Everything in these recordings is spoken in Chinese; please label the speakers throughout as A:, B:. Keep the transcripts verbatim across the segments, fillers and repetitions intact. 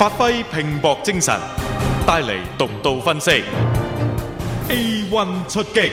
A: 發揮拼搏精神，帶嚟獨到分析。A one 出擊。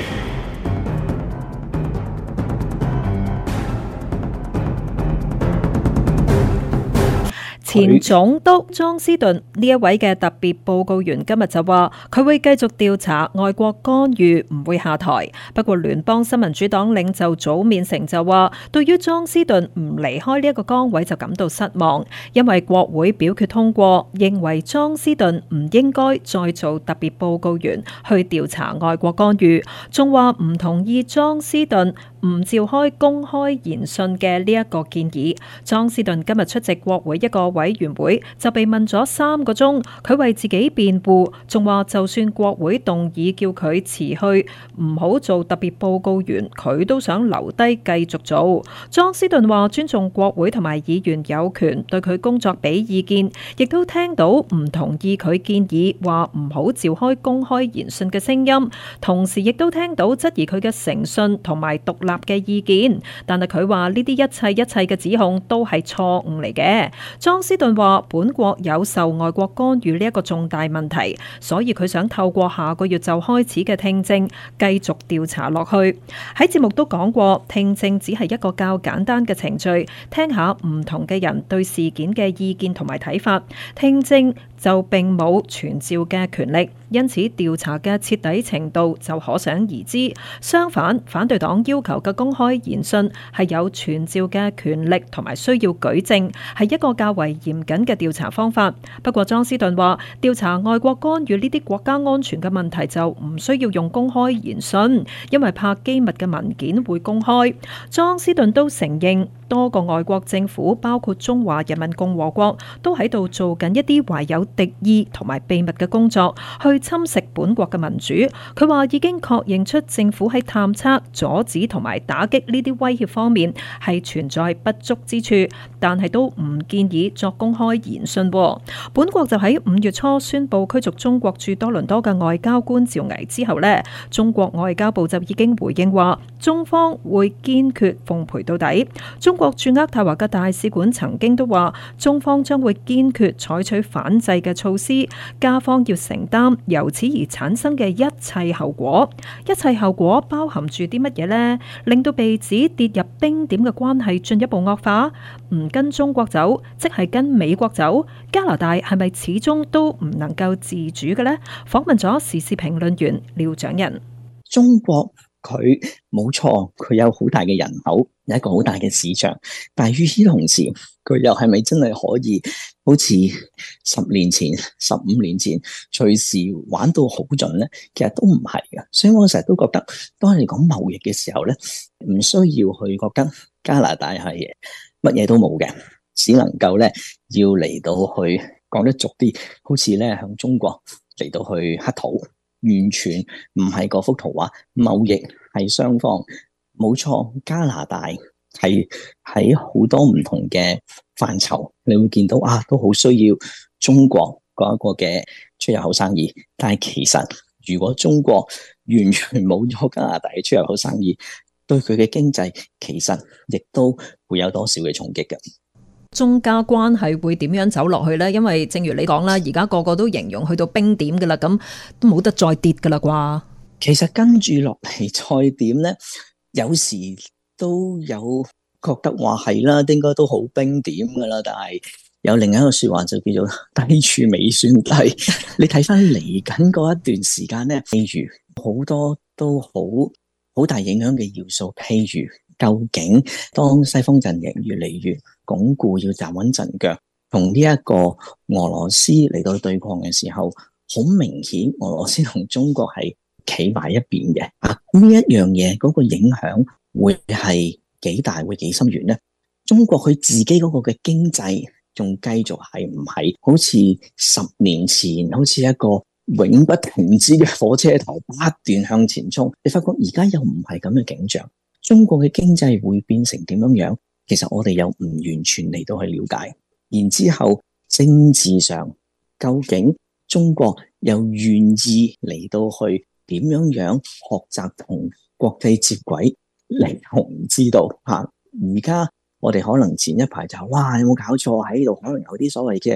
B: 前總督莊斯頓呢一位嘅特別報告員今日就話，佢會繼續調查外國干預，唔會下台。不過聯邦新民主黨領袖祖面成就話，對於莊斯頓唔離開呢一個崗位就感到失望，因為國會表決通過，認為莊斯頓唔應該再做特別報告員去調查外國干預，仲話唔同意莊斯頓唔召開公開言訊嘅呢一個建議。莊斯頓今日出席國會一個委員會就被問咗三個鐘，佢為自己辯護，仲話就算國會動議叫佢辭去，唔好做特別報告員，佢都想留低繼續做。莊斯頓話尊重國會同埋議員有權對佢工作俾意見，亦都聽到唔同意佢建議話唔好召開公開言訊嘅聲音，同時亦都聽到質疑佢嘅誠信同埋獨立嘅意見，但係佢話呢啲一切一切嘅指控都係錯誤嚟嘅。莊斯頓話本國有受外國干預呢一個重大問題，所以佢想透過下個月就開始嘅聽證繼續調查落去。喺節目都講過，聽證只係一個較簡單嘅程序，聽下唔同嘅人對事件嘅意見同埋睇法。聽證就並冇傳召嘅權力，因此調查嘅徹底程度就可想而知。相反，反對黨要求嘅公開言訊係有傳召嘅權力同埋需要舉證，係一個較為嚴謹嘅調查方法。不過莊斯頓話，調查外國干預呢啲國家安全嘅問題就唔需要用公開言訊，因為怕機密嘅文件會公開。莊斯頓都承認多個外國政府，包括中華人民共和國，都喺度做緊一啲懷有敵意同埋秘密嘅工作，去侵蝕本國嘅民主。佢話已經確認出政府喺探測、阻止同埋打擊呢啲威脅方面係存在不足之處，但係都唔建議作公開言訊。本國就喺五月初宣布驅逐中國駐多倫多嘅外交官趙巍之後呢，中國外交部就已經回應話，中方會堅決奉陪到底。中國駐渥太華嘅大使館曾經都話，中方將會堅決採取反制嘅措施，加方要承擔由此而產生嘅一切後果。一切後果包含住啲乜嘢呢？令到被指跌入冰點嘅關係進一步惡化，唔跟中國走，即係跟美國走。加拿大係咪始終都唔能夠自主嘅呢？訪問咗時事評論員廖長仁。
C: 中國佢冇錯，佢有好大嘅人口，有一個好大嘅市場，但係與此同時，佢又係咪真係可以好似十年前、十五年前隨時玩到好盡咧？其實都唔係嘅。所以我成日都覺得，當你講貿易嘅時候咧，唔需要去覺得加拿大係乜嘢都冇嘅，只能夠咧要嚟到去講得俗啲，好似咧向中國嚟到去乞討。完全唔係嗰幅圖畫，貿易係雙方冇錯。加拿大係喺好多唔同嘅範疇，你會見到啊，都好需要中國嗰一個嘅出入口生意。但係其實如果中國完全冇咗加拿大嘅出入口生意，對佢嘅經濟其實亦都會有多少嘅衝擊嘅。
B: 中加關係會點樣走落去呢？因為正如你講啦，而家個個都形容去到冰點噶啦，咁都冇得再跌噶啦啩。
C: 其實跟住落嚟再點呢？有時都有覺得話係啦，應該都好冰點噶啦。但係有另一個說話就叫做低處未算低。你睇翻嚟緊嗰一段時間呢，譬如好多都好好大影響嘅要素，譬如究竟當西方陣營越嚟越鞏固，要站穩陣腳，同呢一個俄羅斯嚟到對抗嘅時候，好明顯俄羅斯同中國係企埋一邊嘅啊！呢一樣嘢嗰個影響會係幾大，會幾深遠呢？中國佢自己嗰個嘅經濟仲繼續係唔係好似十年前，好似一個永不停止嘅火車頭不斷向前衝？你發覺而家又唔係咁嘅景象。中國嘅經濟會變成點樣樣？其實我哋又唔完全嚟到去了解。然之後政治上，究竟中國又願意嚟到去點樣樣學習同國際接軌嚟？我唔知道吓。而家我哋可能前一排就哇，有冇搞錯喺度？可能有啲所謂嘅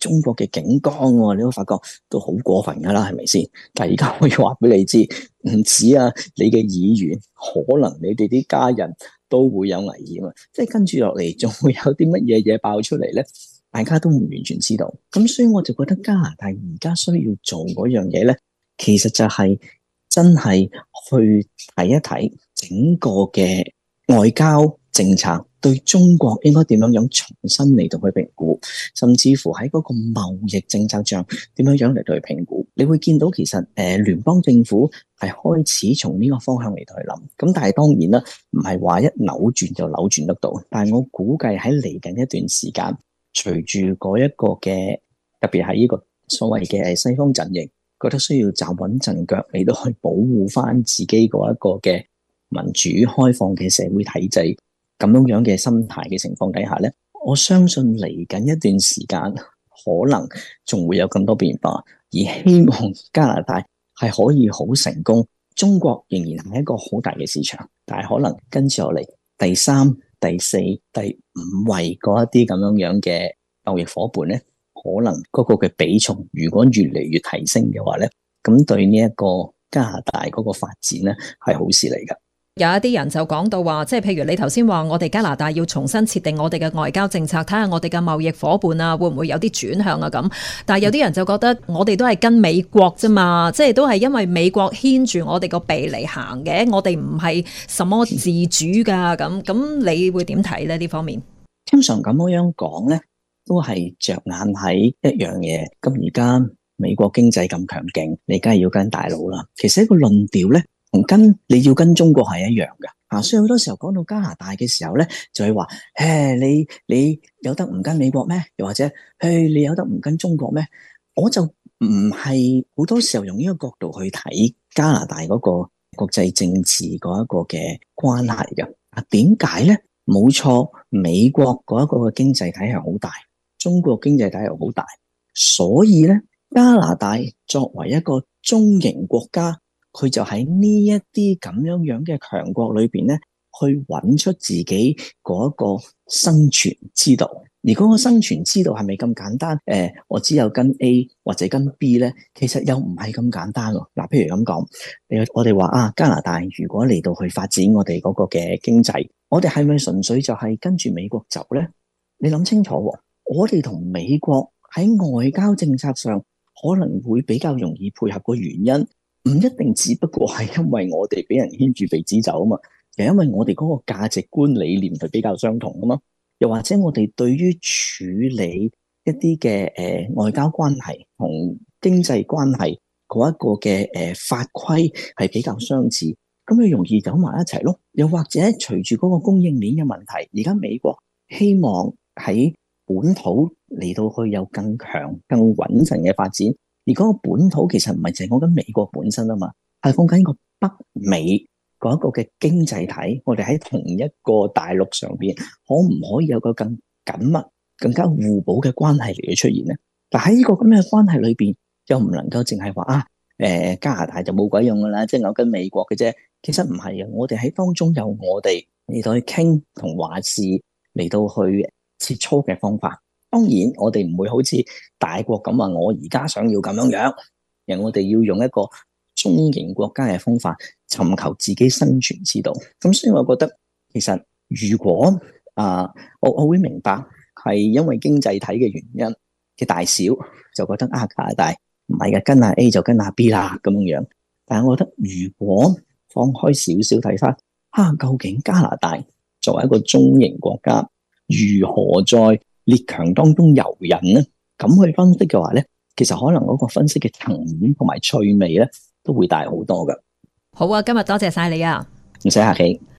C: 中國嘅警崗喎，你都發覺都好過分噶啦，係咪先？但係而家可以話俾你知，唔止啊，你嘅議員可能你哋啲家人都會有危險啊！即係跟住落嚟，仲會有啲乜嘢嘢爆出嚟咧？大家都唔完全知道。咁所以我就覺得加拿大而家需要做嗰樣嘢咧，其實就係真係去睇一睇整個嘅外交政策對中國應該點樣樣重新嚟到去評估，甚至乎喺嗰個貿易政策上點樣樣嚟到去評估。你會見到其實誒聯邦政府係開始從呢個方向嚟到去諗。咁但係當然啦，唔係話一扭轉就扭轉得到。但係我估計喺嚟緊一段時間，隨住嗰一個嘅特別係呢個所謂嘅西方陣營覺得需要站穩陣腳嚟到去保護翻自己嗰一個嘅民主開放嘅社會體制，咁樣樣嘅心態嘅情況底下咧，我相信嚟緊一段時間可能仲會有咁多變化，而希望加拿大係可以好成功。中國仍然係一個好大嘅市場，但係可能跟住落嚟第三、第四、第五位嗰一啲咁樣樣嘅貿易夥伴咧，可能嗰個嘅比重如果越嚟越提升嘅話咧，咁對呢一個加拿大嗰個發展咧係好事嚟噶。
B: 有一啲人就講到話，即係譬如你頭先話我哋加拿大要重新設定我哋嘅外交政策，睇下我哋嘅貿易夥伴啊會唔會有啲轉向啊咁。但係有啲人就覺得我哋都係跟美國啫嘛，即係都係因為美國牽住我哋個鼻嚟行嘅，我哋唔係什麼自主噶咁。咁你會點睇咧呢方面？
C: 通常咁樣講咧，都係着眼喺一樣嘢。咁而家美國經濟咁強勁，你梗係要跟大佬啦。其實一個論調咧，同跟你要跟中國係一樣嘅啊。所以好多時候講到加拿大嘅時候咧，就係話誒，你你有得唔跟美國咩？又或者誒，你有得唔跟中國咩？我就唔係好多時候用呢個角度去睇加拿大嗰個國際政治嗰一個嘅關係嘅啊。點解咧？冇錯，美國嗰一個嘅經濟體系好大，中國經濟體系好大，所以咧加拿大作為一個中型國家，佢就喺呢一啲咁樣樣嘅強國裏邊咧，去揾出自己嗰一個生存之道。而嗰個生存之道係咪咁簡單？誒、呃，我只有跟 A 或者跟 B 咧，其實又唔係咁簡單喎。嗱，譬如咁講，我哋話啊，加拿大如果嚟到去發展我哋嗰個嘅經濟，我哋係咪純粹就係跟住美國走咧？你諗清楚喎，我哋同美國喺外交政策上可能會比較容易配合嘅原因，唔一定只不過係因為我哋俾人牽住鼻子走啊嘛，又因為我哋嗰個價值觀理念係比較相同啊嘛，又或者我哋對於處理一啲嘅誒外交關係同經濟關係嗰一個嘅誒法規係比較相似，咁咪容易走埋一齊咯。又或者隨住嗰個供應鏈嘅問題，而家美國希望喺本土嚟到去有更強、更穩陣嘅發展。而嗰個本土其實唔係淨係講緊美國本身啊嘛，係講緊個北美嗰一個嘅經濟體，我哋喺同一個大陸上邊，可唔可以有個更緊密、更加互補嘅關係嚟嘅出現咧？但喺呢個咁嘅關係裏邊，又唔能夠淨係話啊，誒、呃、加拿大就冇鬼用噶啦，即係我跟美國嘅啫。其實唔係啊，我哋喺當中有我哋嚟到去傾同話事，嚟到去切磋嘅方法。當然，我哋唔會好似大國咁話，我而家想要咁樣樣，而我哋要用一個中型國家嘅方法，尋求自己生存之道。咁所以我覺得，其實如果啊、呃，我我會明白係因為經濟體嘅原因嘅大小，就覺得啊加拿大唔係嘅，跟下 A 就跟下 B 啦咁樣樣。但係我覺得，如果放開少少睇翻，啊究竟加拿大作為一個中型國家，如何在列強當中游刃咧？咁去分析嘅話咧，其實可能嗰個分析嘅層面同埋趣味咧，都會大好多噶。
B: 好啊，今日多謝晒你啊，
C: 唔使客氣。